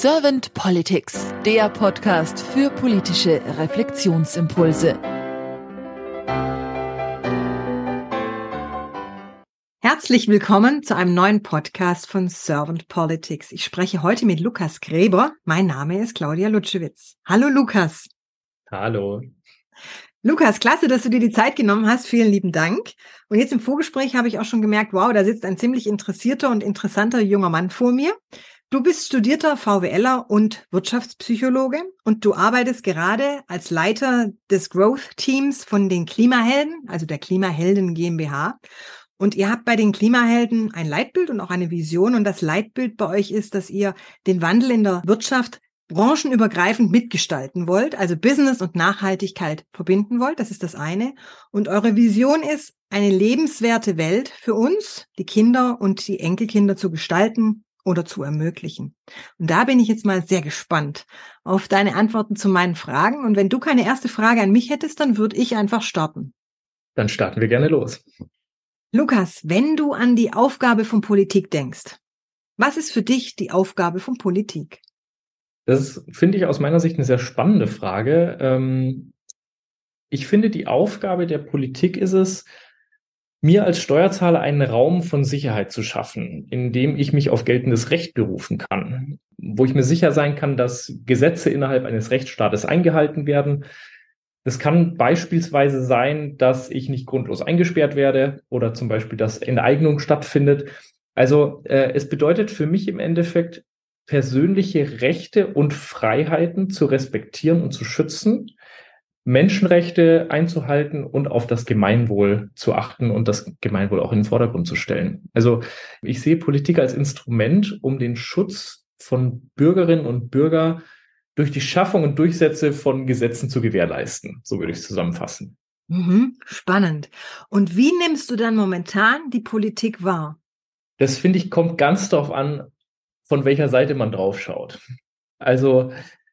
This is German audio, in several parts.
Servant Politics, der Podcast für politische Reflexionsimpulse. Herzlich willkommen zu einem neuen Podcast von Servant Politics. Ich spreche heute mit Lukas Gräber. Mein Name ist Claudia Lutschewitz. Hallo Lukas. Hallo. Lukas, klasse, dass du dir die Zeit genommen hast. Vielen lieben Dank. Und jetzt im Vorgespräch habe ich auch schon gemerkt, wow, da sitzt ein ziemlich interessierter und interessanter junger Mann vor mir. Du bist studierter VWLer und Wirtschaftspsychologe und du arbeitest gerade als Leiter des Growth-Teams von den Klimahelden, also der Klimahelden GmbH. Und ihr habt bei den Klimahelden ein Leitbild und auch eine Vision. Und das Leitbild bei euch ist, dass ihr den Wandel in der Wirtschaft branchenübergreifend mitgestalten wollt, also Business und Nachhaltigkeit verbinden wollt. Das ist das eine. Und eure Vision ist, eine lebenswerte Welt für uns, die Kinder und die Enkelkinder zu gestalten oder zu ermöglichen. Und da bin ich jetzt mal sehr gespannt auf deine Antworten zu meinen Fragen. Und wenn du keine erste Frage an mich hättest, dann würde ich einfach starten. Dann starten wir gerne los. Lukas, wenn du an die Aufgabe von Politik denkst, was ist für dich die Aufgabe von Politik? Das finde ich aus meiner Sicht eine sehr spannende Frage. Ich finde, die Aufgabe der Politik ist es, mir als Steuerzahler einen Raum von Sicherheit zu schaffen, in dem ich mich auf geltendes Recht berufen kann, wo ich mir sicher sein kann, dass Gesetze innerhalb eines Rechtsstaates eingehalten werden. Es kann beispielsweise sein, dass ich nicht grundlos eingesperrt werde oder zum Beispiel, dass Enteignung stattfindet. Also es bedeutet für mich im Endeffekt, persönliche Rechte und Freiheiten zu respektieren und zu schützen, Menschenrechte einzuhalten und auf das Gemeinwohl zu achten und das Gemeinwohl auch in den Vordergrund zu stellen. Also ich sehe Politik als Instrument, um den Schutz von Bürgerinnen und Bürgern durch die Schaffung und Durchsetzung von Gesetzen zu gewährleisten. So würde ich es zusammenfassen. Spannend. Und wie nimmst du dann momentan die Politik wahr? Das, finde ich, kommt ganz darauf an, von welcher Seite man drauf schaut. Also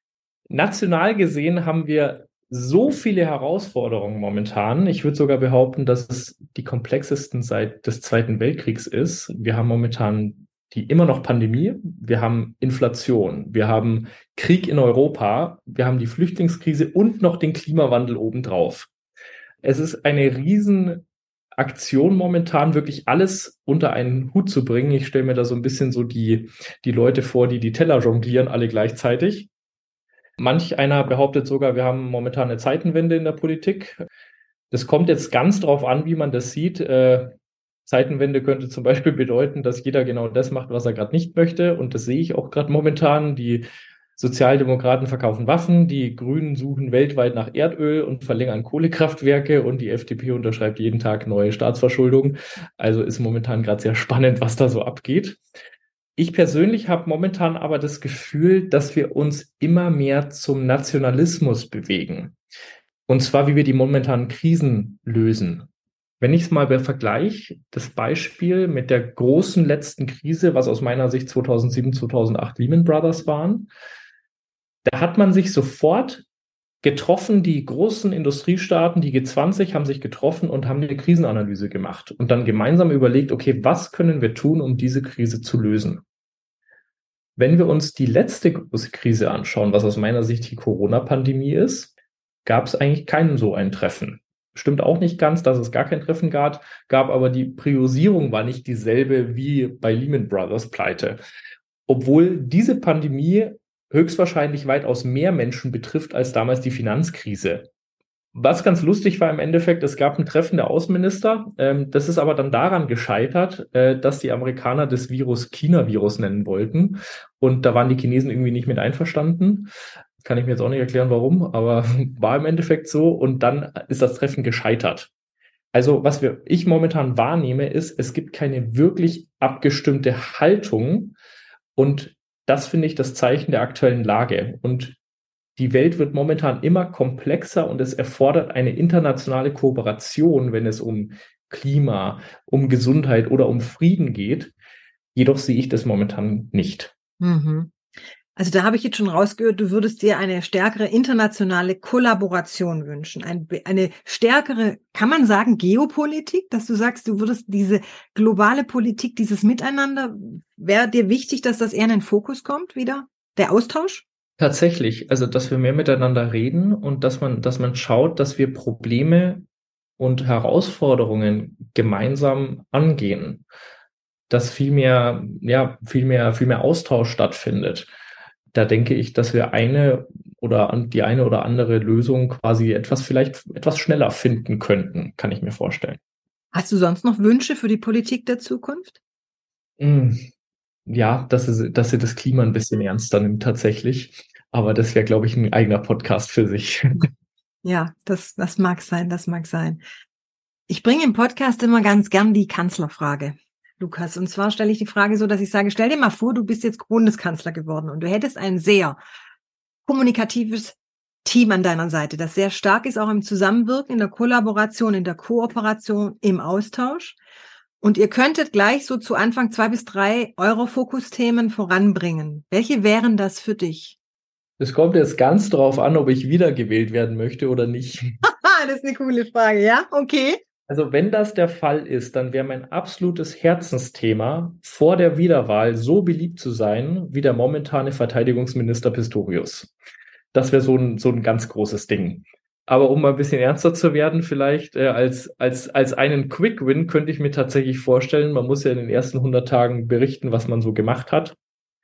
national gesehen haben wir so viele Herausforderungen momentan. Ich würde sogar behaupten, dass es die komplexesten seit des Zweiten Weltkriegs ist. Wir haben momentan die immer noch Pandemie, wir haben Inflation, wir haben Krieg in Europa, wir haben die Flüchtlingskrise und noch den Klimawandel obendrauf. Es ist eine Riesenaktion momentan, wirklich alles unter einen Hut zu bringen. Ich stelle mir da so ein bisschen so die Leute vor, die Teller jonglieren, alle gleichzeitig. Manch einer behauptet sogar, wir haben momentan eine Zeitenwende in der Politik. Das kommt jetzt ganz drauf an, wie man das sieht. Zeitenwende könnte zum Beispiel bedeuten, dass jeder genau das macht, was er gerade nicht möchte. Und das sehe ich auch gerade momentan. Die Sozialdemokraten verkaufen Waffen, die Grünen suchen weltweit nach Erdöl und verlängern Kohlekraftwerke und die FDP unterschreibt jeden Tag neue Staatsverschuldung. Also ist momentan gerade sehr spannend, was da so abgeht. Ich persönlich habe momentan aber das Gefühl, dass wir uns immer mehr zum Nationalismus bewegen. Und zwar, wie wir die momentanen Krisen lösen. Wenn ich es mal vergleiche, das Beispiel mit der großen letzten Krise, was aus meiner Sicht 2007, 2008 Lehman Brothers waren, da hat man sich sofort getroffen, die großen Industriestaaten, die G20 haben sich getroffen und haben eine Krisenanalyse gemacht und dann gemeinsam überlegt, okay, was können wir tun, um diese Krise zu lösen? Wenn wir uns die letzte große Krise anschauen, was aus meiner Sicht die Corona-Pandemie ist, gab es eigentlich keinen so ein Treffen. Stimmt auch nicht ganz, dass es gar kein Treffen gab, aber die Priorisierung war nicht dieselbe wie bei Lehman Brothers Pleite. Obwohl diese Pandemie höchstwahrscheinlich weitaus mehr Menschen betrifft als damals die Finanzkrise. Was ganz lustig war im Endeffekt, es gab ein Treffen der Außenminister. Das ist aber dann daran gescheitert, dass die Amerikaner das Virus China-Virus nennen wollten. Und da waren die Chinesen irgendwie nicht mit einverstanden. Kann ich mir jetzt auch nicht erklären, warum, aber war im Endeffekt so. Und dann ist das Treffen gescheitert. Also was ich momentan wahrnehme, ist, es gibt keine wirklich abgestimmte Haltung. Und das finde ich das Zeichen der aktuellen Lage. Und die Welt wird momentan immer komplexer und es erfordert eine internationale Kooperation, wenn es um Klima, um Gesundheit oder um Frieden geht. Jedoch sehe ich das momentan nicht. Also da habe ich jetzt schon rausgehört, du würdest dir eine stärkere internationale Kollaboration wünschen, eine stärkere, kann man sagen, Geopolitik, dass du sagst, du würdest diese globale Politik, dieses Miteinander, wäre dir wichtig, dass das eher in den Fokus kommt wieder? Der Austausch? Tatsächlich, also dass wir mehr miteinander reden und dass man schaut, dass wir Probleme und Herausforderungen gemeinsam angehen, dass viel mehr Austausch stattfindet. Da denke ich, dass wir die eine oder andere Lösung quasi vielleicht etwas schneller finden könnten, kann ich mir vorstellen. Hast du sonst noch Wünsche für die Politik der Zukunft? Ja, dass sie das Klima ein bisschen ernster nimmt tatsächlich. Aber das wäre, glaube ich, ein eigener Podcast für sich. Ja, das mag sein, das mag sein. Ich bringe im Podcast immer ganz gern die Kanzlerfrage, Lukas. Und zwar stelle ich die Frage so, dass ich sage, stell dir mal vor, du bist jetzt Bundeskanzler geworden und du hättest ein sehr kommunikatives Team an deiner Seite, das sehr stark ist, auch im Zusammenwirken, in der Kollaboration, in der Kooperation, im Austausch. Und ihr könntet gleich so zu Anfang 2 bis 3 eure Fokusthemen voranbringen. Welche wären das für dich? Es kommt jetzt ganz drauf an, ob ich wiedergewählt werden möchte oder nicht. Das ist eine coole Frage, ja? Okay. Also wenn das der Fall ist, dann wäre mein absolutes Herzensthema, vor der Wiederwahl so beliebt zu sein wie der momentane Verteidigungsminister Pistorius. Das wäre so ein ganz großes Ding. Aber um mal ein bisschen ernster zu werden, vielleicht als einen Quick-Win könnte ich mir tatsächlich vorstellen, man muss ja in den ersten 100 Tagen berichten, was man so gemacht hat.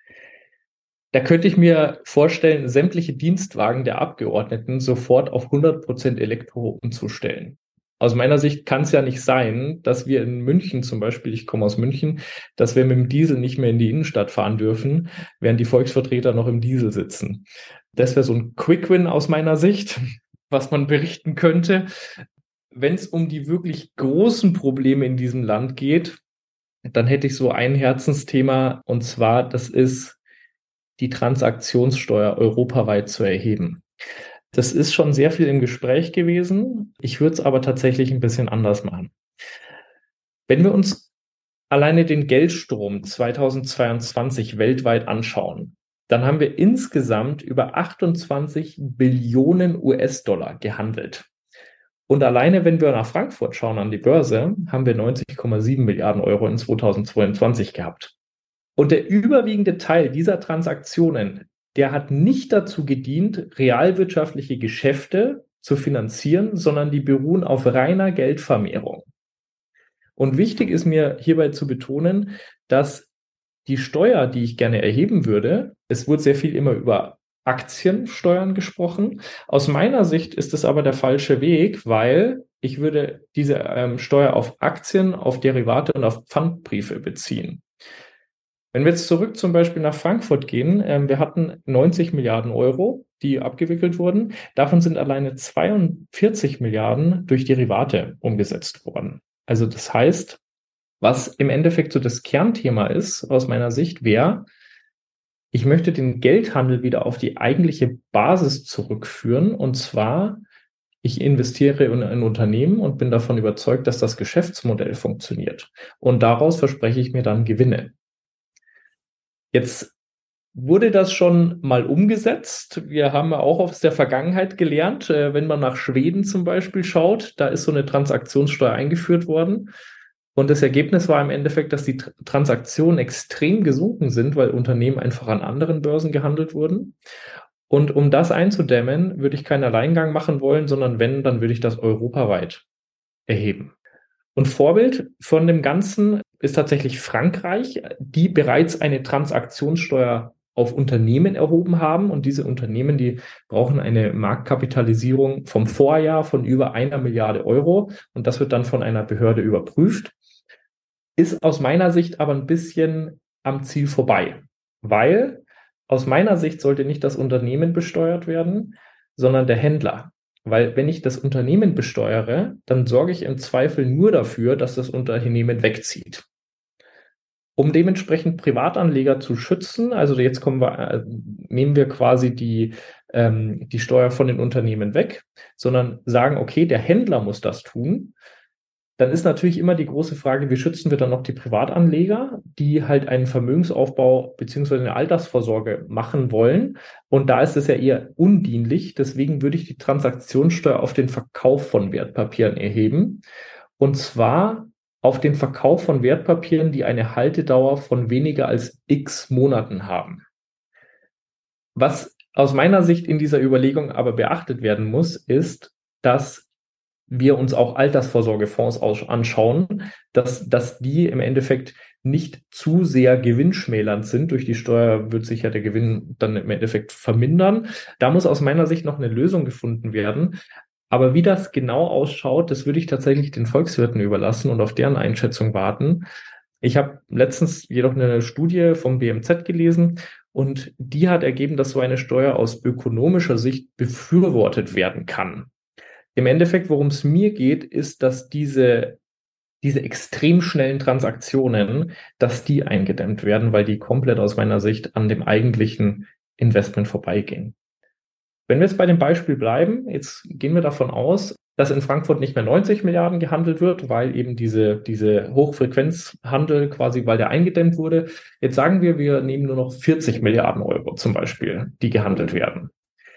Da könnte ich mir vorstellen, sämtliche Dienstwagen der Abgeordneten sofort auf 100% Elektro umzustellen. Aus meiner Sicht kann es ja nicht sein, dass wir in München zum Beispiel, ich komme aus München, dass wir mit dem Diesel nicht mehr in die Innenstadt fahren dürfen, während die Volksvertreter noch im Diesel sitzen. Das wäre so ein Quick-Win aus meiner Sicht, was man berichten könnte. Wenn es um die wirklich großen Probleme in diesem Land geht, dann hätte ich so ein Herzensthema, und zwar, das ist die Transaktionssteuer europaweit zu erheben. Das ist schon sehr viel im Gespräch gewesen. Ich würde es aber tatsächlich ein bisschen anders machen. Wenn wir uns alleine den Geldstrom 2022 weltweit anschauen, dann haben wir insgesamt über 28 Billionen US-Dollar gehandelt. Und alleine, wenn wir nach Frankfurt schauen an die Börse, haben wir 90,7 Milliarden Euro in 2022 gehabt. Und der überwiegende Teil dieser Transaktionen, der hat nicht dazu gedient, realwirtschaftliche Geschäfte zu finanzieren, sondern die beruhen auf reiner Geldvermehrung. Und wichtig ist mir hierbei zu betonen, dass die Steuer, die ich gerne erheben würde, es wurde sehr viel immer über Aktiensteuern gesprochen. Aus meiner Sicht ist es aber der falsche Weg, weil ich würde diese Steuer auf Aktien, auf Derivate und auf Pfandbriefe beziehen. Wenn wir jetzt zurück zum Beispiel nach Frankfurt gehen, wir hatten 90 Milliarden Euro, die abgewickelt wurden. Davon sind alleine 42 Milliarden durch Derivate umgesetzt worden. Also das heißt, was im Endeffekt so das Kernthema ist, aus meiner Sicht, wäre, ich möchte den Geldhandel wieder auf die eigentliche Basis zurückführen. Und zwar, ich investiere in ein Unternehmen und bin davon überzeugt, dass das Geschäftsmodell funktioniert. Und daraus verspreche ich mir dann Gewinne. Jetzt wurde das schon mal umgesetzt. Wir haben ja auch aus der Vergangenheit gelernt, wenn man nach Schweden zum Beispiel schaut, da ist so eine Transaktionssteuer eingeführt worden. Und das Ergebnis war im Endeffekt, dass die Transaktionen extrem gesunken sind, weil Unternehmen einfach an anderen Börsen gehandelt wurden. Und um das einzudämmen, würde ich keinen Alleingang machen wollen, sondern wenn, dann würde ich das europaweit erheben. Und Vorbild von dem Ganzen ist tatsächlich Frankreich, die bereits eine Transaktionssteuer auf Unternehmen erhoben haben. Und diese Unternehmen, die brauchen eine Marktkapitalisierung vom Vorjahr von über 1 Milliarde Euro. Und das wird dann von einer Behörde überprüft. Ist aus meiner Sicht aber ein bisschen am Ziel vorbei, weil aus meiner Sicht sollte nicht das Unternehmen besteuert werden, sondern der Händler. Weil wenn ich das Unternehmen besteuere, dann sorge ich im Zweifel nur dafür, dass das Unternehmen wegzieht. Um dementsprechend Privatanleger zu schützen, also jetzt nehmen wir quasi die Steuer von den Unternehmen weg, sondern sagen, okay, der Händler muss das tun. Dann ist natürlich immer die große Frage, wie schützen wir dann noch die Privatanleger, die halt einen Vermögensaufbau beziehungsweise eine Altersvorsorge machen wollen. Und da ist es ja eher undienlich. Deswegen würde ich die Transaktionssteuer auf den Verkauf von Wertpapieren erheben. Und zwar auf den Verkauf von Wertpapieren, die eine Haltedauer von weniger als x Monaten haben. Was aus meiner Sicht in dieser Überlegung aber beachtet werden muss, ist, dass wir uns auch Altersvorsorgefonds anschauen, dass die im Endeffekt nicht zu sehr gewinnschmälernd sind. Durch die Steuer wird sich ja der Gewinn dann im Endeffekt vermindern. Da muss aus meiner Sicht noch eine Lösung gefunden werden. Aber wie das genau ausschaut, das würde ich tatsächlich den Volkswirten überlassen und auf deren Einschätzung warten. Ich habe letztens jedoch eine Studie vom BMZ gelesen und die hat ergeben, dass so eine Steuer aus ökonomischer Sicht befürwortet werden kann. Im Endeffekt, worum es mir geht, ist, dass diese extrem schnellen Transaktionen, dass die eingedämmt werden, weil die komplett aus meiner Sicht an dem eigentlichen Investment vorbeigehen. Wenn wir jetzt bei dem Beispiel bleiben, jetzt gehen wir davon aus, dass in Frankfurt nicht mehr 90 Milliarden gehandelt wird, weil eben diese Hochfrequenzhandel quasi, weil der eingedämmt wurde. Jetzt sagen wir nehmen nur noch 40 Milliarden Euro zum Beispiel, die gehandelt werden.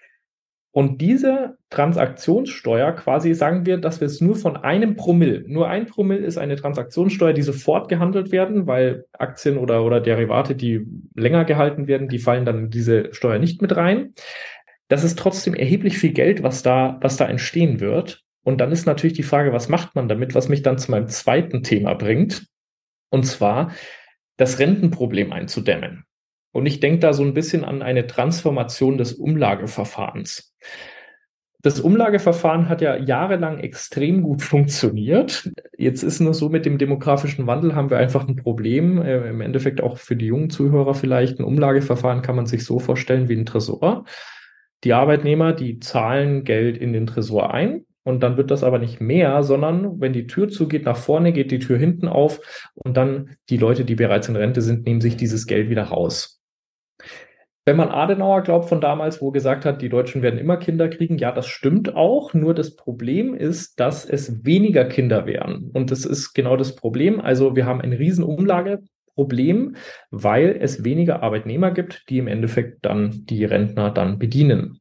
Und diese Transaktionssteuer quasi sagen wir, dass wir es nur von einem Promille, nur 1 Promille ist eine Transaktionssteuer, die sofort gehandelt werden, weil Aktien oder Derivate, die länger gehalten werden, die fallen dann in diese Steuer nicht mit rein. Das ist trotzdem erheblich viel Geld, was da entstehen wird. Und dann ist natürlich die Frage, was macht man damit, was mich dann zu meinem zweiten Thema bringt, und zwar das Rentenproblem einzudämmen. Und ich denke da so ein bisschen an eine Transformation des Umlageverfahrens. Das Umlageverfahren hat ja jahrelang extrem gut funktioniert. Jetzt ist nur so, mit dem demografischen Wandel haben wir einfach ein Problem. Im Endeffekt auch für die jungen Zuhörer vielleicht. Ein Umlageverfahren kann man sich so vorstellen wie ein Tresor. Die Arbeitnehmer, die zahlen Geld in den Tresor ein. Und dann wird das aber nicht mehr, sondern wenn die Tür zugeht, nach vorne geht die Tür hinten auf und dann die Leute, die bereits in Rente sind, nehmen sich dieses Geld wieder raus. Wenn man Adenauer glaubt von damals, wo er gesagt hat, die Deutschen werden immer Kinder kriegen, ja, das stimmt auch. Nur das Problem ist, dass es weniger Kinder wären. Und das ist genau das Problem. Also wir haben ein riesen Umlageproblem, weil es weniger Arbeitnehmer gibt, die im Endeffekt dann die Rentner dann bedienen.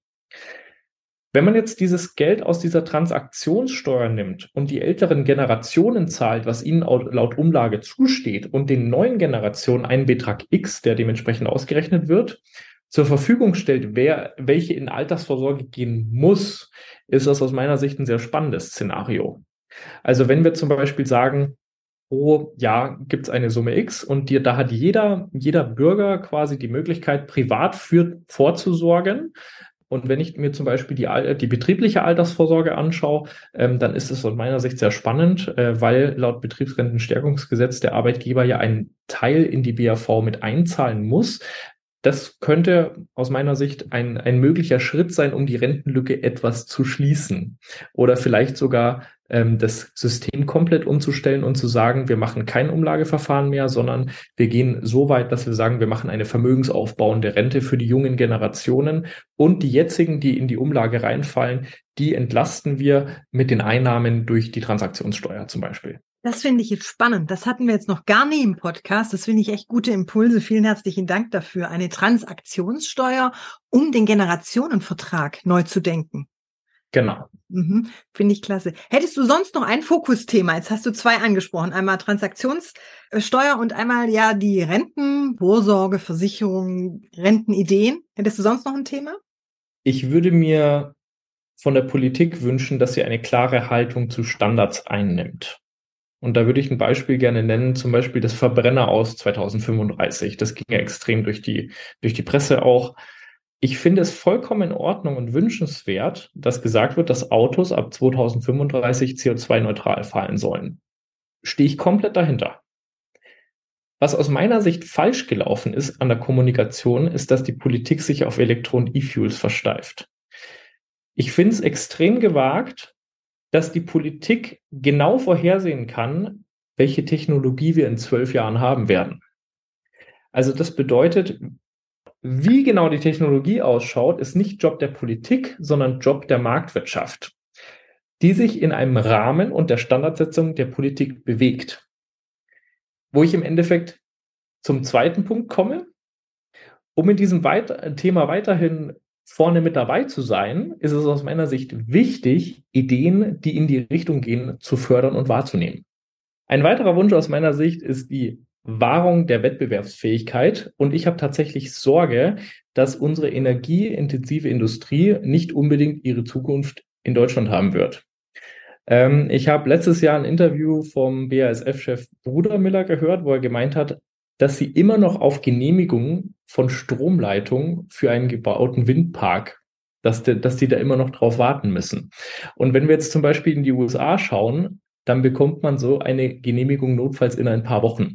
Wenn man jetzt dieses Geld aus dieser Transaktionssteuer nimmt und die älteren Generationen zahlt, was ihnen laut Umlage zusteht, und den neuen Generationen einen Betrag X, der dementsprechend ausgerechnet wird, zur Verfügung stellt, welche in Altersvorsorge gehen muss, ist das aus meiner Sicht ein sehr spannendes Szenario. Also wenn wir zum Beispiel sagen, pro Jahr gibt es eine Summe X und da hat jeder Bürger quasi die Möglichkeit, privat vorzusorgen. Und wenn ich mir zum Beispiel die betriebliche Altersvorsorge anschaue, dann ist es aus meiner Sicht sehr spannend, weil laut Betriebsrentenstärkungsgesetz der Arbeitgeber ja einen Teil in die BAV mit einzahlen muss. Das könnte aus meiner Sicht ein möglicher Schritt sein, um die Rentenlücke etwas zu schließen. Oder vielleicht sogar das System komplett umzustellen und zu sagen, wir machen kein Umlageverfahren mehr, sondern wir gehen so weit, dass wir sagen, wir machen eine vermögensaufbauende Rente für die jungen Generationen und die jetzigen, die in die Umlage reinfallen, die entlasten wir mit den Einnahmen durch die Transaktionssteuer zum Beispiel. Das finde ich jetzt spannend. Das hatten wir jetzt noch gar nie im Podcast. Das finde ich echt gute Impulse. Vielen herzlichen Dank dafür. Eine Transaktionssteuer, um den Generationenvertrag neu zu denken. Genau. Finde ich klasse. Hättest du sonst noch ein Fokusthema? Jetzt hast du 2 angesprochen. Einmal Transaktionssteuer und einmal ja die Rentenvorsorge, Versicherung, Rentenideen. Hättest du sonst noch ein Thema? Ich würde mir von der Politik wünschen, dass sie eine klare Haltung zu Standards einnimmt. Und da würde ich ein Beispiel gerne nennen, zum Beispiel das Verbrenner aus 2035. Das ging ja extrem durch die Presse auch. Ich finde es vollkommen in Ordnung und wünschenswert, dass gesagt wird, dass Autos ab 2035 CO2-neutral fahren sollen. Stehe ich komplett dahinter. Was aus meiner Sicht falsch gelaufen ist an der Kommunikation, ist, dass die Politik sich auf Elektro- und E-Fuels versteift. Ich finde es extrem gewagt, dass die Politik genau vorhersehen kann, welche Technologie wir in 12 Jahren haben werden. Also das bedeutet, wie genau die Technologie ausschaut, ist nicht Job der Politik, sondern Job der Marktwirtschaft, die sich in einem Rahmen und der Standardsetzung der Politik bewegt. Wo ich im Endeffekt zum zweiten Punkt komme, um in diesem Thema weiterhin vorne mit dabei zu sein, ist es aus meiner Sicht wichtig, Ideen, die in die Richtung gehen, zu fördern und wahrzunehmen. Ein weiterer Wunsch aus meiner Sicht ist die Wahrung der Wettbewerbsfähigkeit. Und ich habe tatsächlich Sorge, dass unsere energieintensive Industrie nicht unbedingt ihre Zukunft in Deutschland haben wird. Ich habe letztes Jahr ein Interview vom BASF-Chef Brudermüller gehört, wo er gemeint hat, dass sie immer noch auf Genehmigung von Stromleitungen für einen gebauten Windpark, dass die da immer noch drauf warten müssen. Und wenn wir jetzt zum Beispiel in die USA schauen, dann bekommt man so eine Genehmigung notfalls in ein paar Wochen.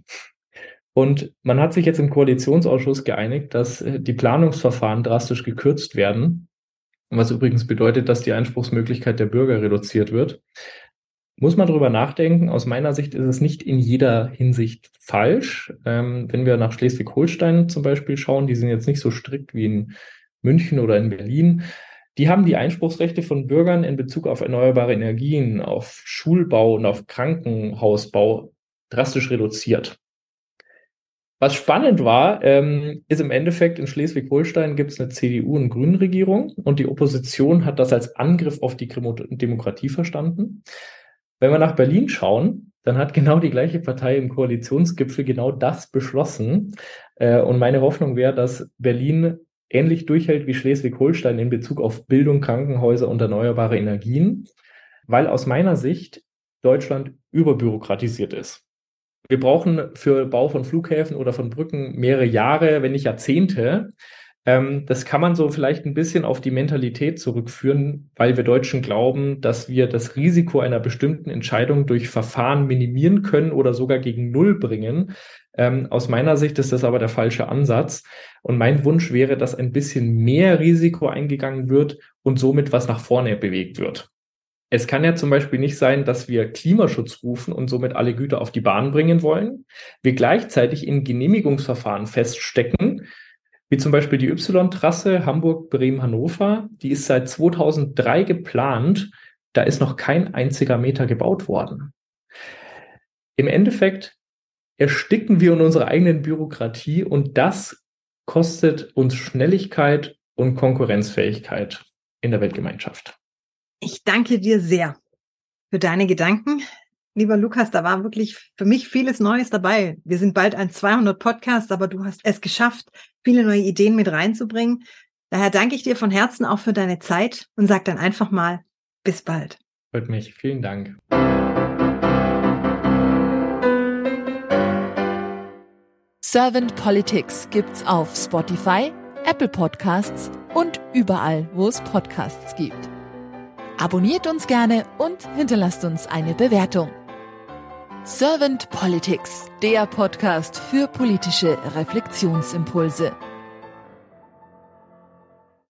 Und man hat sich jetzt im Koalitionsausschuss geeinigt, dass die Planungsverfahren drastisch gekürzt werden, was übrigens bedeutet, dass die Einspruchsmöglichkeit der Bürger reduziert wird. Muss man drüber nachdenken. Aus meiner Sicht ist es nicht in jeder Hinsicht falsch. Wenn wir nach Schleswig-Holstein zum Beispiel schauen, die sind jetzt nicht so strikt wie in München oder in Berlin. Die haben die Einspruchsrechte von Bürgern in Bezug auf erneuerbare Energien, auf Schulbau und auf Krankenhausbau drastisch reduziert. Was spannend war, ist im Endeffekt in Schleswig-Holstein gibt es eine CDU- und Grünen-Regierung und die Opposition hat das als Angriff auf die Demokratie verstanden. Wenn wir nach Berlin schauen, dann hat genau die gleiche Partei im Koalitionsgipfel genau das beschlossen. Und meine Hoffnung wäre, dass Berlin ähnlich durchhält wie Schleswig-Holstein in Bezug auf Bildung, Krankenhäuser und erneuerbare Energien, weil aus meiner Sicht Deutschland überbürokratisiert ist. Wir brauchen für Bau von Flughäfen oder von Brücken mehrere Jahre, wenn nicht Jahrzehnte. Das kann man so vielleicht ein bisschen auf die Mentalität zurückführen, weil wir Deutschen glauben, dass wir das Risiko einer bestimmten Entscheidung durch Verfahren minimieren können oder sogar gegen Null bringen. Aus meiner Sicht ist das aber der falsche Ansatz. Und mein Wunsch wäre, dass ein bisschen mehr Risiko eingegangen wird und somit was nach vorne bewegt wird. Es kann ja zum Beispiel nicht sein, dass wir Klimaschutz rufen und somit alle Güter auf die Bahn bringen wollen, wir gleichzeitig in Genehmigungsverfahren feststecken, wie zum Beispiel die Y-Trasse Hamburg-Bremen-Hannover, die ist seit 2003 geplant, da ist noch kein einziger Meter gebaut worden. Im Endeffekt ersticken wir in unserer eigenen Bürokratie und das kostet uns Schnelligkeit und Konkurrenzfähigkeit in der Weltgemeinschaft. Ich danke dir sehr für deine Gedanken. Lieber Lukas, da war wirklich für mich vieles Neues dabei. Wir sind bald ein 200 Podcast, aber du hast es geschafft, viele neue Ideen mit reinzubringen. Daher danke ich dir von Herzen auch für deine Zeit und sag dann einfach mal, bis bald. Freut mich. Vielen Dank. Servant Politics gibt's auf Spotify, Apple Podcasts und überall, wo es Podcasts gibt. Abonniert uns gerne und hinterlasst uns eine Bewertung. Servant Politics, der Podcast für politische Reflexionsimpulse.